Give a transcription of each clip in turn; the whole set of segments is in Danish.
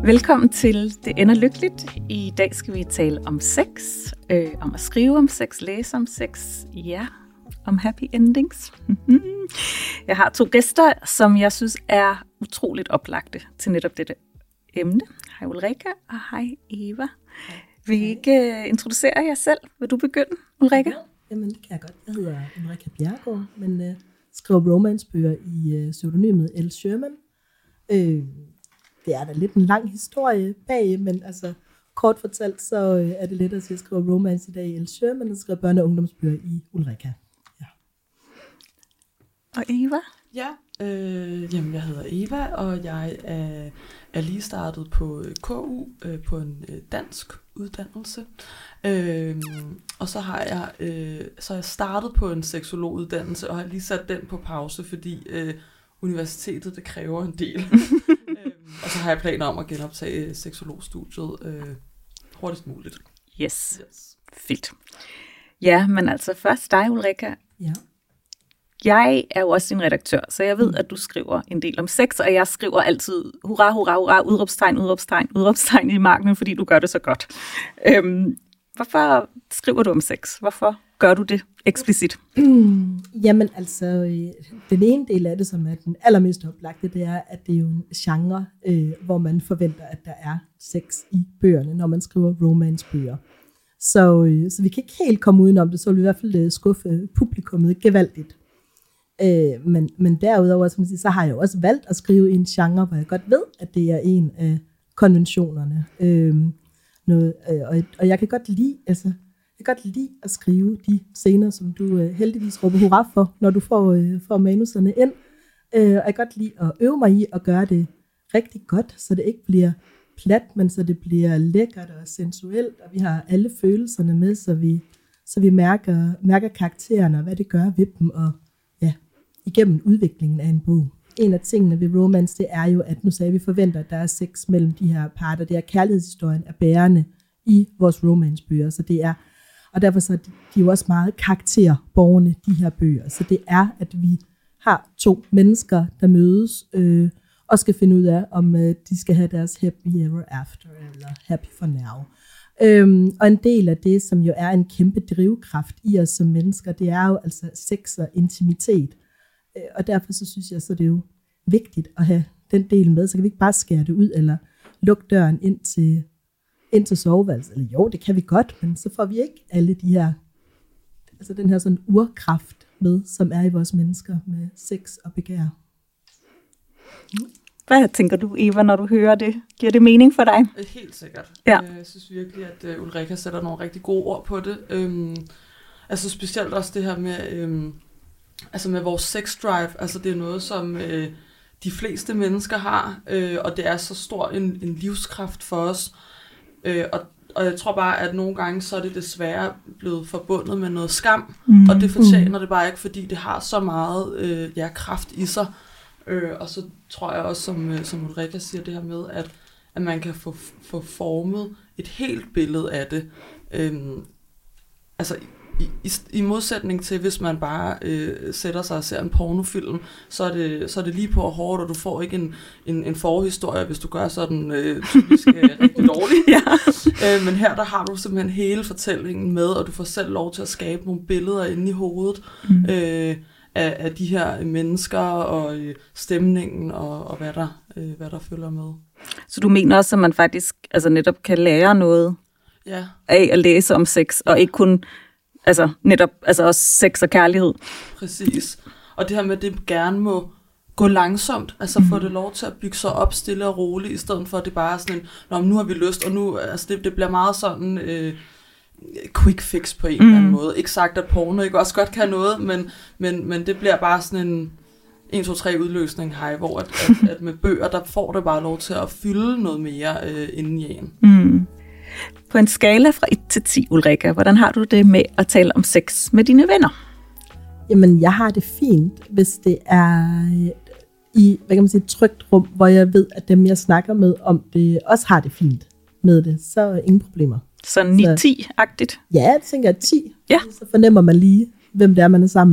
Velkommen til Det ender lykkeligt. I dag skal vi tale om sex, om at skrive om sex, læse om sex, ja, om happy endings. Jeg har 2 gæster, som jeg synes er utroligt oplagte til netop dette emne. Hej Ulrika, og hej Eva. Vil I ikke introducere jer selv? Vil du begynde, Ulrika? Ja, jamen det kan jeg godt. Jeg hedder Ulrika Bjerregaard, men skriver romancebøger i pseudonymet L. Sherman. Det er da lidt en lang historie bag, men altså kort fortalt, så er det let at sige, at jeg skriver romance i dag i L. Sherman, og skriver børne- og ungdomsbøger i Ulrika. Ja. Og Eva? Ja, jamen jeg hedder Eva, og jeg er lige startet på KU på en dansk uddannelse. Og så har jeg startet på en seksologuddannelse, og har lige sat den på pause, fordi universitetet det kræver en del. Og så har jeg planer om at genoptage seksologstudiet hurtigst muligt. Yes. Fedt. Ja, men altså først dig, Ulrika. Ja. Jeg er jo også din redaktør, så jeg ved, at du skriver en del om sex, og jeg skriver altid hurra, hurra, hurra, udråbstegn, udråbstegn, udråbstegn i marken, fordi du gør det så godt. Hvorfor skriver du om sex? Hvorfor gør du det eksplicit? Jamen altså, den ene del af det, som er den allermest oplagte, det er, at det er jo en genre, hvor man forventer, at der er sex i bøgerne, når man skriver romancebøger. Så vi kan ikke helt komme udenom det, så vil vi i hvert fald skuffe publikummet gevaldigt. Men derudover, som siger, så har jeg jo også valgt at skrive i en genre, hvor jeg godt ved, at det er en af konventionerne. Og jeg kan godt lide, at skrive de scener, som du heldigvis råber hurra for, når du får manuserne ind. Og jeg kan godt lide at øve mig i at gøre det rigtig godt, så det ikke bliver plat, men så det bliver lækkert og sensuelt, og vi har alle følelserne med, så vi mærker karaktererne og hvad det gør ved dem, og ja, igennem udviklingen af en bog. En af tingene ved romance, det er jo, at nu sagde vi forventer, at der er sex mellem de her parter. Det er kærlighedshistorien er bærende i vores romancebøger, så det er, og derfor så er de jo også meget karakterborgerne, de her bøger. Så det er, at vi har 2 mennesker, der mødes og skal finde ud af, om de skal have deres happy ever after, eller happy for now. Og en del af det, som jo er en kæmpe drivkraft i os som mennesker, det er jo altså sex og intimitet. Og derfor så synes jeg, så det er jo vigtigt at have den del med, så kan vi ikke bare skære det ud, eller lukke døren ind til soveværelset. Eller jo, det kan vi godt, men så får vi ikke alle de her, altså den her sådan urkraft med, som er i vores mennesker med sex og begær. Hvad tænker du, Eva, når du hører det? Giver det mening for dig? Helt sikkert. Ja. Jeg synes virkelig, at Ulrika sætter nogle rigtig gode ord på det. Altså specielt også det her med, altså med vores sex drive. Altså det er noget, som de fleste mennesker har, og det er så stor en livskraft for os. Og jeg tror bare, at nogle gange, så er det desværre blevet forbundet med noget skam, og det fortjener det bare ikke, fordi det har så meget kraft i sig. Og så tror jeg også, som Ulrika siger, det her med, at man kan få formet et helt billede af det. Altså i modsætning til, hvis man bare sætter sig og ser en pornofilm, så er det lige på hårdt, og du får ikke en forhistorie, hvis du gør sådan typisk rigtig dårligt. Ja. Men her der har du simpelthen hele fortællingen med, og du får selv lov til at skabe nogle billeder inde i hovedet af de her mennesker og stemningen og hvad der følger med. Så du mener også, at man faktisk altså netop kan lære noget af at læse om sex, og ikke kun altså netop altså også sex og kærlighed. Præcis. Og det her med, at det gerne må gå langsomt, altså få det lov til at bygge sig op stille og roligt, i stedet for at det bare er sådan en, nu har vi lyst, og nu, altså det bliver meget sådan quick fix på en eller anden måde. Ikke sagt, at porno ikke også godt kan noget, men det bliver bare sådan en 1, 2, 3 udløsning, hvor at med bøger, der får det bare lov til at fylde noget mere inden i en. På en skala fra 1 til 10, Ulrika, hvordan har du det med at tale om sex med dine venner? Jamen, jeg har det fint, hvis det er i, hvad kan man sige, et trygt rum, hvor jeg ved, at dem, jeg snakker med om det, også har det fint med det. Så ingen problemer. Så 9-10-agtigt? Ja, jeg tænker 10. Ja. Så fornemmer man lige, hvem det er, man er sammen med.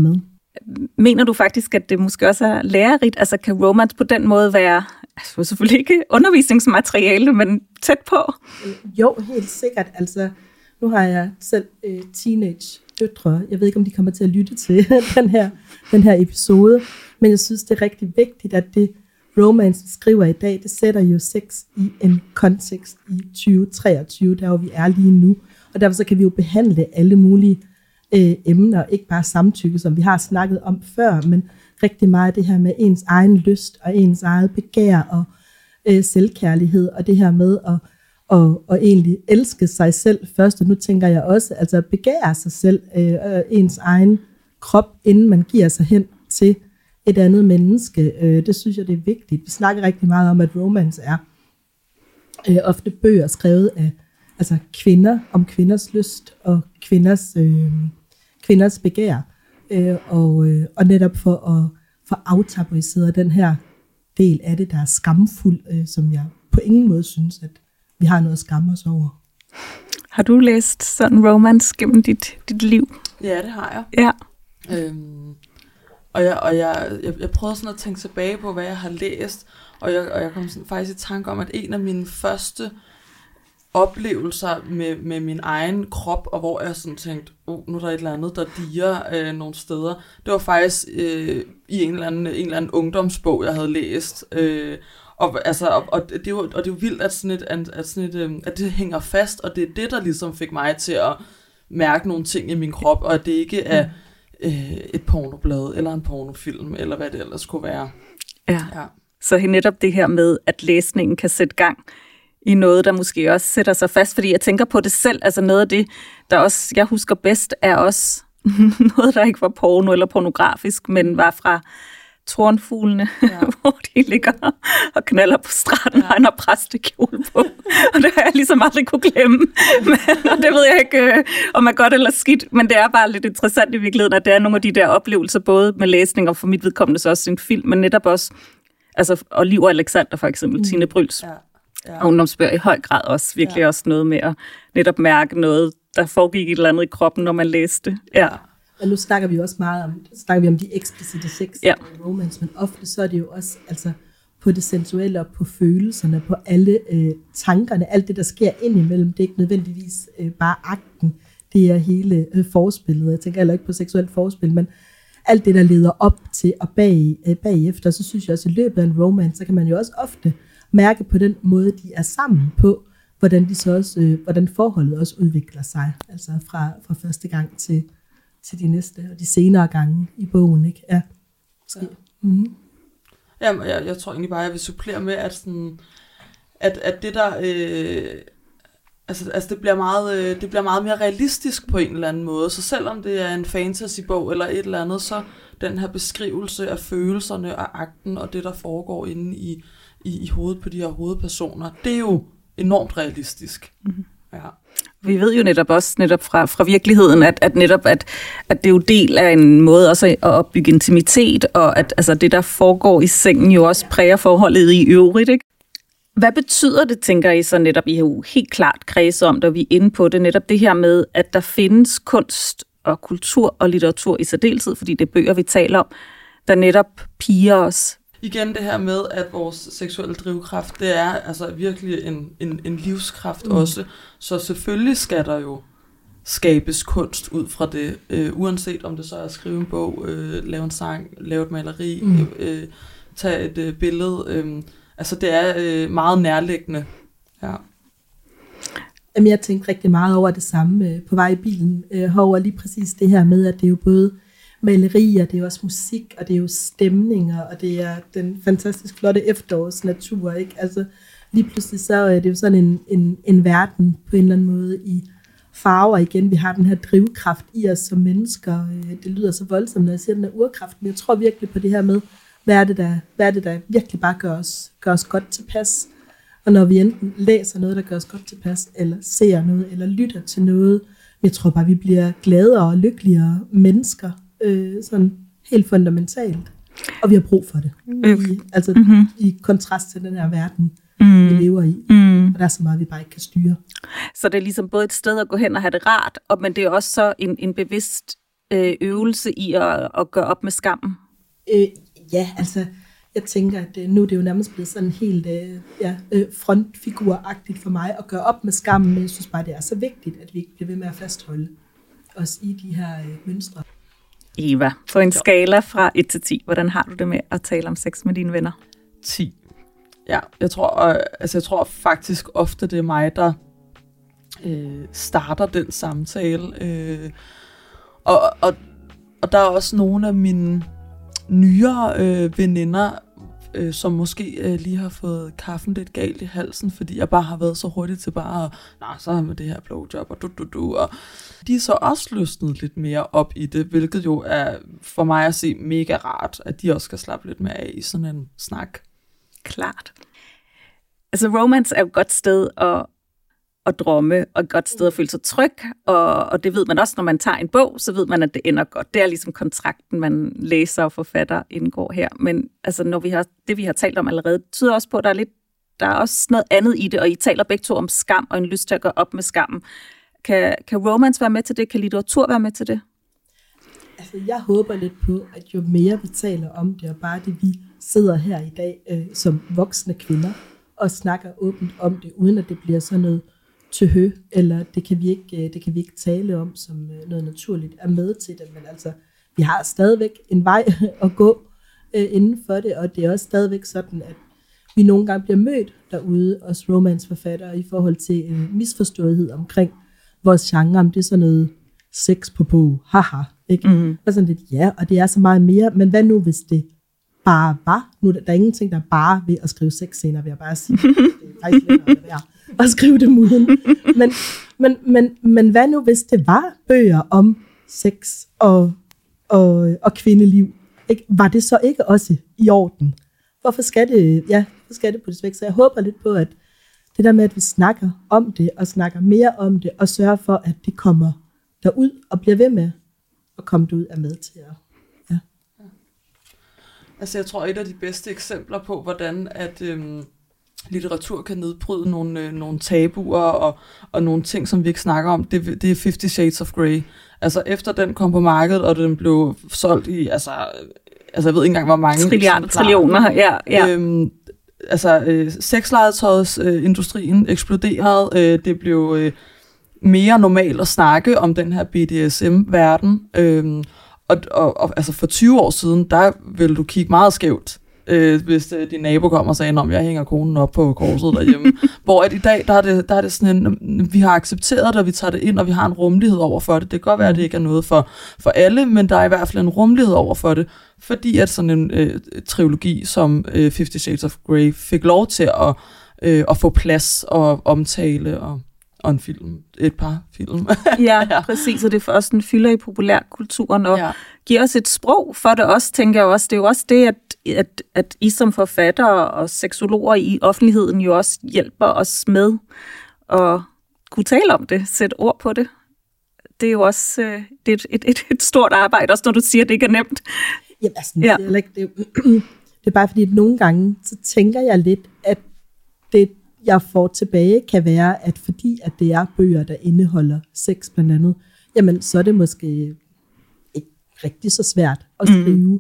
mener du faktisk, at det måske også er lærerigt? Altså kan romance på den måde være, altså selvfølgelig ikke undervisningsmateriale, men tæt på? Jo, helt sikkert. Altså, nu har jeg selv teenage-døtre. Jeg ved ikke, om de kommer til at lytte til den her episode, men jeg synes, det er rigtig vigtigt, at det romance, vi skriver i dag, det sætter jo sex i en kontekst i 2023, der hvor vi er lige nu. Og derfor så kan vi jo behandle alle mulige emner, ikke bare samtykke, som vi har snakket om før, men rigtig meget det her med ens egen lyst og ens eget begær og selvkærlighed, og det her med at egentlig elske sig selv først. Og nu tænker jeg også, altså at begære sig selv, ens egen krop, inden man giver sig hen til et andet menneske. Det synes jeg, det er vigtigt. Vi snakker rigtig meget om, at romance er ofte bøger skrevet af altså kvinder, om kvinders lyst og kvinders begær. Og netop for at få aftabuiseret den her del af det, der er skamfuld, som jeg på ingen måde synes, at vi har noget at skamme os over. Har du læst sådan romance gennem dit liv? Ja, det har jeg. Ja. Og jeg prøvede sådan at tænke tilbage på, hvad jeg har læst, og jeg kom sådan faktisk i tanke om, at en af mine første oplevelser med min egen krop, og hvor jeg sådan tænkte, nu er der et eller andet, der diger nogle steder. Det var faktisk i en eller anden ungdomsbog, jeg havde læst. Og det er jo vildt, at det hænger fast, og det er det, der ligesom fik mig til at mærke nogle ting i min krop, og at det ikke er et pornoblad, eller en pornofilm, eller hvad det ellers kunne være. Ja. Så netop det her med, at læsningen kan sætte gang i noget, der måske også sætter sig fast, fordi jeg tænker på det selv, altså noget af det, der også, jeg husker bedst, er også noget, der ikke var porno eller pornografisk, men var fra Tornfuglene, hvor de ligger og knalder på stranden, og han har præstekjole på. Og det har jeg ligesom aldrig kunne glemme. Og det ved jeg ikke, om er godt eller skidt, men det er bare lidt interessant i virkeligheden, at det er nogle af de der oplevelser, både med læsning og for mit vedkommende så også en film, men netop også, altså, og Liv og Alexander for eksempel, Tine Bryls og ungdomsbøger i høj grad også, virkelig også noget med at netop mærke noget, der foregik et eller andet i kroppen, når man læste. Ja. Og nu snakker vi også meget om de eksplicite sex og romance, men ofte så er det jo også altså på det sensuelle og på følelserne, på alle tankerne, alt det, der sker indimellem. Det er ikke nødvendigvis bare akten, det er hele forspillet. Jeg tænker heller ikke på seksuelt forspil, men alt det, der leder op til og bagefter. Så synes jeg også, i løbet af en romance, så kan man jo også ofte mærke på den måde, de er sammen på, hvordan de så også, hvordan forholdet også udvikler sig, altså fra første gang til de næste og de senere gange i bogen, ikke? Ja. Mm-hmm. Jamen, jeg tror egentlig bare, jeg vil supplere med, at sådan, at det der, altså det bliver meget mere realistisk på en eller anden måde. Så selvom det er en fantasybog eller et eller andet, så den her beskrivelse af følelserne og akten og det, der foregår inde i hovedet på de her hovedpersoner, det er jo enormt realistisk. Mm-hmm. Ja. Vi ved jo netop fra virkeligheden, at det er jo del af en måde også at opbygge intimitet, og at altså, det, der foregår i sengen, jo også præger forholdet i øvrigt, ikke? Hvad betyder det, tænker I så netop, I har jo helt klart kredset om, da vi er inde på det, netop det her med, at der findes kunst og kultur og litteratur i særdeleshed, fordi det er bøger, vi taler om, der netop piger os. Igen det her med, at vores seksuelle drivkraft, det er altså virkelig en livskraft også. Så selvfølgelig skal der jo skabes kunst ud fra det, uanset om det så er at skrive en bog, lave en sang, lave et maleri, tage et billede. Altså det er meget nærliggende. Ja. Jamen, jeg tænkte rigtig meget over det samme på vej i bilen, over lige præcis det her med, at det er jo både malerier, det er også musik, og det er jo stemninger, og det er den fantastisk flotte efterårsnatur, ikke? Altså lige pludselig så er det jo sådan en verden på en eller anden måde i farver igen. Vi har den her drivkraft i os som mennesker. Det lyder så voldsomt, når jeg siger den her urkraft, men jeg tror virkelig på det her med, hvad er det, der virkelig bare gør os godt tilpas. Og når vi enten læser noget, der gør os godt tilpas, eller ser noget, eller lytter til noget, jeg tror bare, vi bliver gladere og lykkeligere mennesker, sådan helt fundamentalt. Og vi har brug for det. I kontrast til den her verden, vi lever i. Og der er så meget, vi bare ikke kan styre. Så det er ligesom både et sted at gå hen og have det rart, men det er også så en bevidst øvelse i at gøre op med skammen? Ja, altså, jeg tænker, at nu er det jo nærmest blevet sådan helt frontfiguragtigt for mig at gøre op med skammen, men jeg synes bare, det er så vigtigt, at vi ikke bliver ved med at fastholde os i de her mønstre. Eva, på en skala fra 1 til 10, hvordan har du det med at tale om sex med dine venner? 10. Ja, jeg tror faktisk ofte, det er mig, der starter den samtale. Og der er også nogle af mine nyere veninder, som måske lige har fået kaffen lidt galt i halsen, fordi jeg bare har været så hurtigt til bare så har med det her blowjob, og og de er så også løsnet lidt mere op i det, hvilket jo er for mig at se mega rart, at de også skal slappe lidt mere af i sådan en snak. Klart. Altså romance er jo et godt sted at drømme, og et godt sted at føle sig tryg, og det ved man også, når man tager en bog, så ved man, at det ender godt. Det er ligesom kontrakten, man læser og forfatter indgår her. Men altså, når vi har talt om allerede, det tyder også på, at der er også noget andet i det, og I taler begge to om skam og en lyst til at gøre op med skammen. Kan romance være med til det? Kan litteratur være med til det? Altså, jeg håber lidt på, at jo mere vi taler om det, og bare det, vi sidder her i dag som voksne kvinder, og snakker åbent om det, uden at det bliver sådan noget tøhø, eller det kan vi ikke tale om som noget naturligt, er med til det, men altså, vi har stadigvæk en vej at gå inden for det, og det er også stadigvæk sådan, at vi nogle gange bliver mødt derude, os romanceforfattere, i forhold til en misforståethed omkring vores genre, om det er sådan noget sex på bog, haha, ikke? Mm. Og sådan lidt, ja, og det er så meget mere, men hvad nu, hvis det bare var? Nu der er ingenting, der er bare ved at skrive sexscener, vil jeg bare sige. Det er faktisk lettere at være at skrive dem uden. Men hvad nu, hvis det var bøger om sex og kvindeliv? Ikke? Var det så ikke også i orden? Hvorfor skal det puttes væk? Så jeg håber lidt på, at det der med, at vi snakker om det, og snakker mere om det, og sørger for, at det kommer derud, og bliver ved med at komme derud, er med til at... Ja. Altså jeg tror, et af de bedste eksempler på, hvordan at litteratur kan nedbryde nogle tabuer og nogle ting, som vi ikke snakker om, det er 50 Shades of Grey. Altså efter den kom på markedet, og den blev solgt i, altså jeg ved ikke engang, hvor mange trillioner, ja. Sexlegetøjsindustrien eksploderede. Det blev mere normalt at snakke om den her BDSM-verden. Og altså for 20 år siden, der ville du kigge meget skævt, hvis din nabo kom og sagde, om jeg hænger konen op på korset derhjemme. Hvor at i dag, der er det sådan vi har accepteret det, og vi tager det ind, og vi har en rummelighed over for det. Det kan godt være, at det ikke er noget for alle, men der er i hvert fald en rummelighed over for det, fordi at sådan en trilogi som 50 Shades of Grey fik lov til at få plads og omtale og en film, et par film. Ja, præcis, og det for os den fylder i populærkulturen og giver os et sprog for det også, tænker jeg også. Det er jo også det, at I som forfattere og seksologer i offentligheden jo også hjælper os med at kunne tale om det, sætte ord på det. Det er jo også det er et stort arbejde, også når du siger, at det ikke er nemt. Jamen, altså, det er bare fordi, at nogle gange, så tænker jeg lidt, at det jeg får tilbage, kan være, at fordi at det er bøger, der indeholder sex blandt andet, jamen så er det måske ikke rigtig så svært at skrive.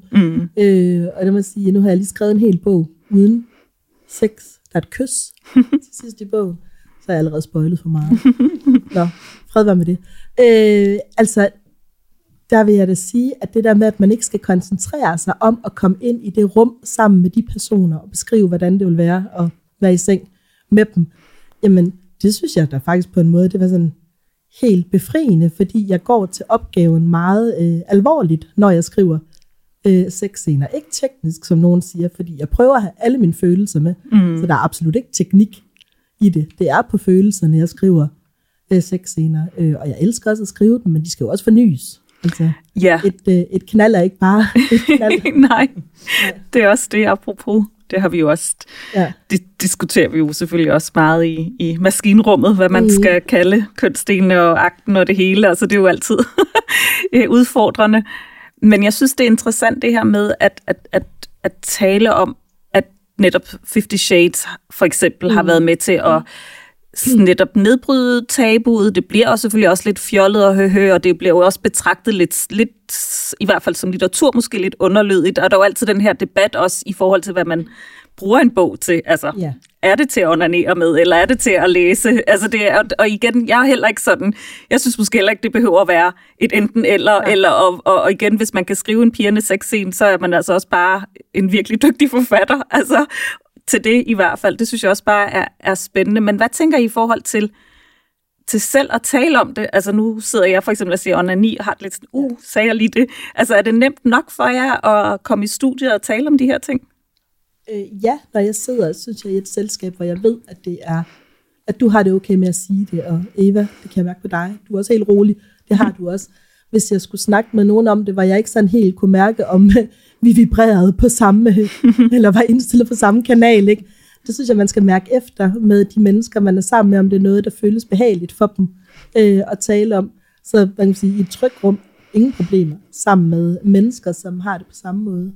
Og det må sige, nu har jeg lige skrevet en hel bog uden sex. Der er et kys til sidst i bogen. Så er jeg allerede spoilet for meget. Nå, fred være med det. Altså, der vil jeg da sige, at det der med, at man ikke skal koncentrere sig om at komme ind i det rum sammen med de personer og beskrive, hvordan det vil være at være i seng med dem, jamen det synes jeg da faktisk på en måde, det var sådan helt befriende, fordi jeg går til opgaven meget alvorligt, når jeg skriver sexscener. Ikke teknisk, som nogen siger, fordi jeg prøver at have alle mine følelser med, så der er absolut ikke teknik i det. Det er på følelserne, jeg skriver sexscener, og jeg elsker også at skrive dem, men de skal jo også fornyes. Altså, et knald er ikke bare et knald. Nej, det er også det, apropos. Det har vi jo også, diskuterer vi jo selvfølgelig også meget i maskinrummet, hvad man skal kalde kønsdelene og akten og det hele. Altså det er jo altid udfordrende. Men jeg synes, det er interessant det her med at tale om, at netop 50 Shades for eksempel har været med til netop nedbryde tabuet. Det bliver også selvfølgelig også lidt fjollet og og det bliver jo også betragtet lidt, i hvert fald som litteratur, måske lidt underlydigt. Og der er jo altid den her debat også i forhold til, hvad man bruger en bog til. Altså, er det til at onanere med, eller er det til at læse? Altså, og igen, jeg er heller ikke sådan, jeg synes måske heller ikke, det behøver at være et enten eller, og igen, hvis man kan skrive en pigerne sexscene, så er man altså også bare en virkelig dygtig forfatter. Altså, til det i hvert fald. Det synes jeg også bare er spændende. Men hvad tænker I forhold til selv at tale om det? Altså nu sidder jeg for eksempel og siger onani og har lidt sådan, sagde jeg lige det. Altså er det nemt nok for jer at komme i studiet og tale om de her ting? Ja, når jeg sidder, synes jeg i et selskab, hvor jeg ved, at det er, at du har det okay med at sige det. Og Eva, det kan jeg mærke på dig. Du er også helt rolig. Det har du også. Hvis jeg skulle snakke med nogen om det, var jeg ikke sådan helt kunne mærke, om vi vibrerede på samme, eller var indstillet på samme kanal, ikke? Det synes jeg, man skal mærke efter med de mennesker, man er sammen med, om det er noget, der føles behageligt for dem at tale om. Så man kan sige, i et trygt rum, ingen problemer, sammen med mennesker, som har det på samme måde.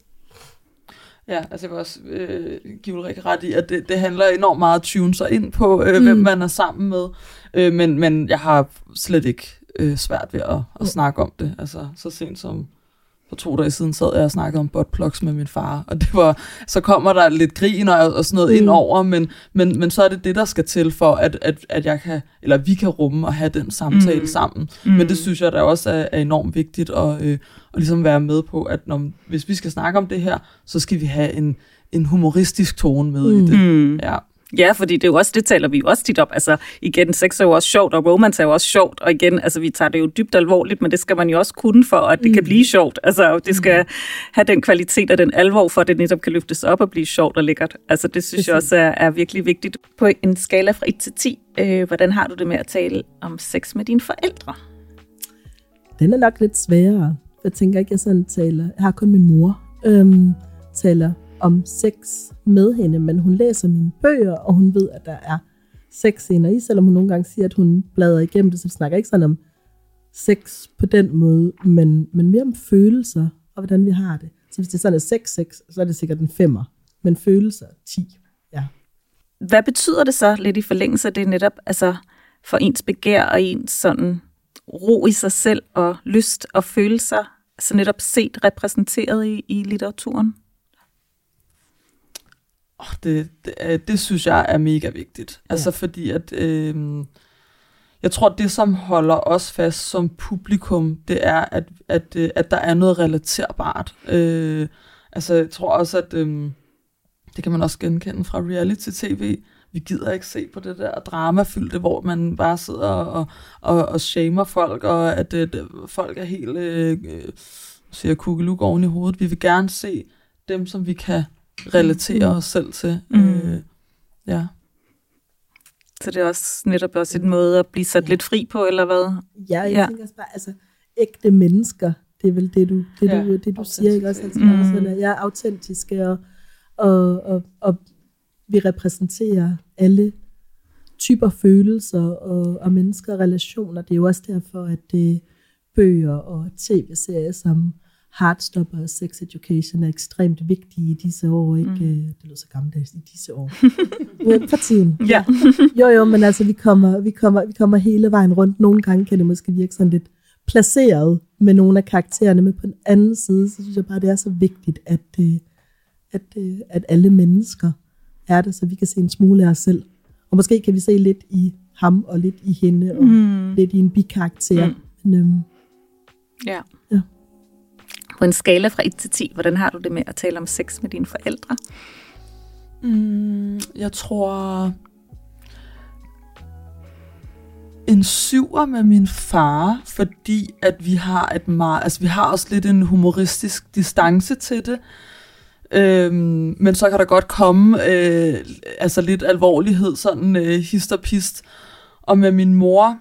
Ja, altså jeg vil også give Ulrike ret i, at det handler enormt meget at tune sig ind på, hvem man er sammen med. Men jeg har slet ikke svært ved at snakke om det. Altså så sent som for 2 dage siden sad jeg og snakkede om buttplugs med min far, og det var, så kommer der lidt grin og sådan noget ind over, men så er det, der skal til for, at jeg kan, eller vi kan rumme og have den samtale sammen. Men det synes jeg da også er enormt vigtigt at ligesom være med på, at hvis vi skal snakke om det her, så skal vi have en humoristisk tone med i det. Ja. Ja, fordi det er jo også, det taler vi jo også tit op. Altså igen, sex er jo også sjovt, og romance er jo også sjovt. Og igen, altså vi tager det jo dybt alvorligt, men det skal man jo også kunne for, at det kan blive sjovt. Altså det skal have den kvalitet og den alvor for, at det netop kan løftes op og blive sjovt og lækkert. Altså det synes jeg også er virkelig vigtigt. På en skala fra 1 til 10, hvordan har du det med at tale om sex med dine forældre? Den er nok lidt sværere. Jeg tænker ikke, jeg sådan taler. Jeg har kun min mor, taler om sex med hende, men hun læser mine bøger, og hun ved, at der er sexscener i, selvom hun nogle gange siger, at hun bladrer igennem det, så snakker ikke sådan om sex på den måde, men mere om følelser, og hvordan vi har det. Så hvis det er sådan et sex, så er det sikkert en 5'er, men følelser 10, ja. Hvad betyder det så lidt i forlængelse af det netop, altså for ens begær og ens sådan ro i sig selv og lyst og følelser, så netop set repræsenteret i litteraturen? Det synes jeg er mega vigtigt. Altså fordi at jeg tror, det som holder os fast som publikum, det er, at der er noget relaterbart. Altså jeg tror også, at det kan man også genkende fra reality-tv. Vi gider ikke se på det der dramafyldte, hvor man bare sidder og shamer folk, og at folk er helt siger kukkeluk oven i hovedet. Vi vil gerne se dem, som vi kan relatere os selv til. Ja. Så det er også netop også en måde at blive sat lidt fri på, eller hvad? Ja, jeg tænker også bare, altså ægte mennesker, det er vel det du siger, ikke også? Altså, jeg er autentiske, og vi repræsenterer alle typer følelser og mennesker og relationer. Det er jo også derfor, at bøger og tv-serier som Heartstopper og Sex Education er ekstremt vigtige i disse år, ikke? Det lyder så gammeldags, i disse år. For tiden. Ja. Jo, men altså, vi kommer hele vejen rundt. Nogle gange kan det måske virke sådan lidt placeret med nogle af karaktererne, men på den anden side, så synes jeg bare, det er så vigtigt, at alle mennesker er det, så vi kan se en smule af os selv. Og måske kan vi se lidt i ham, og lidt i hende, og lidt i en bikarakter. Men, ja. På en skala fra 1 til 10, hvordan har du det med at tale om sex med dine forældre? Jeg tror en 7'er med min far, fordi at vi har vi har også lidt en humoristisk distance til det. Men så kan der godt komme lidt alvorlighed, sådan hist og pist. Og med min mor,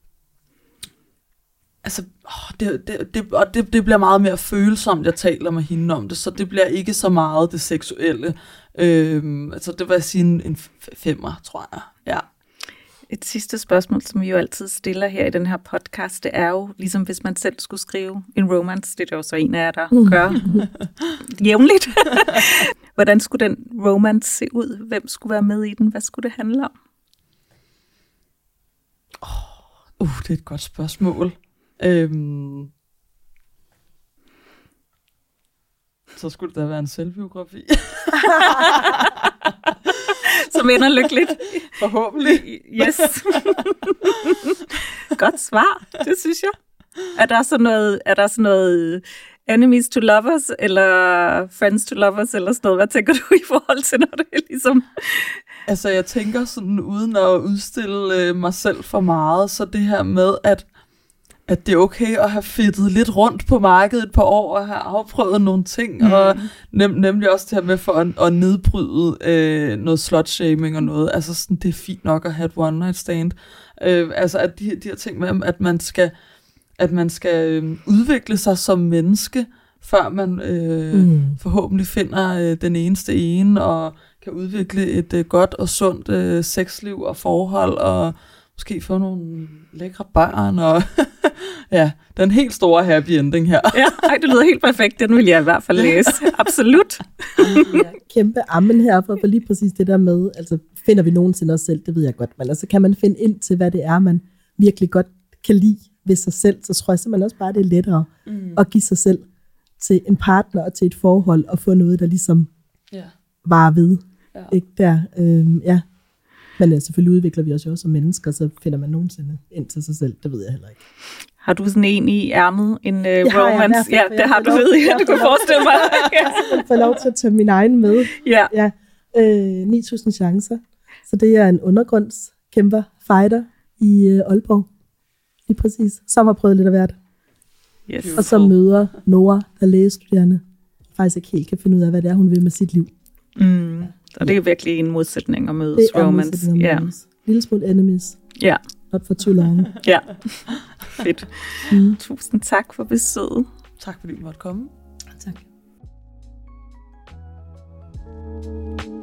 altså det bliver meget mere følsomt, jeg taler med hende om det, så det bliver ikke så meget det seksuelle. Altså det vil jeg sige en 5'er, tror jeg. Ja. Et sidste spørgsmål, som vi jo altid stiller her i den her podcast, det er jo, ligesom hvis man selv skulle skrive en romance, det er jo så en af jer, der gør jævnligt. Hvordan skulle den romance se ud? Hvem skulle være med i den? Hvad skulle det handle om? Det er et godt spørgsmål. Så skulle det da være en selvbiografi. Som ender lykkeligt. Forhåbentlig. Yes. Godt svar, det synes jeg. Er der sådan noget enemies to lovers, eller friends to lovers, eller sådan noget? Hvad tænker du i forhold til, når det er ligesom... Altså, jeg tænker sådan, uden at udstille mig selv for meget, så det her med, at det er okay at have fedtet lidt rundt på markedet et par år, og have afprøvet nogle ting, og nemlig også det her med for at nedbryde noget slutshaming og noget. Altså, sådan, det er fint nok at have et one night stand. Altså, at de her ting med, at man skal udvikle sig som menneske, før man forhåbentlig finder den eneste ene, og kan udvikle et godt og sundt sexliv og forhold, og måske få nogle lækre børn, og ja, den helt store happy ending her. Ja, det lyder helt perfekt. Den vil jeg i hvert fald læse. Absolut. Kæmpe ammen her for lige præcis det der med, altså finder vi nogensinde os selv, det ved jeg godt, men altså kan man finde ind til, hvad det er, man virkelig godt kan lide ved sig selv, så tror jeg simpelthen også bare, det er lettere at give sig selv til en partner og til et forhold, og få noget, der ligesom varer ved. Ja. Ikke der, ja. Men selvfølgelig udvikler vi os jo også som mennesker, så finder man nogensinde ind til sig selv. Det ved jeg heller ikke. Har du sådan en i ærmet? En romance? Ja, det har du ved. Ja, du kan forestille mig. Jeg får lov til at tage min egen med. Ja. 9.000 chancer. Så det er en undergrundskæmper, fighter i Aalborg. Lige præcis. Som har prøvet lidt af hvert. Yes. Og så møder Nora, der lægestuderende, faktisk ikke helt kan finde ud af, hvad det er, hun vil med sit liv. Og det er virkelig en modsætning at mødes romance. Ja. Lille smule enemies. Ja. Not for too long. Ja. Fedt. Tusind tak for besøget. Tak fordi du måtte komme. Tak.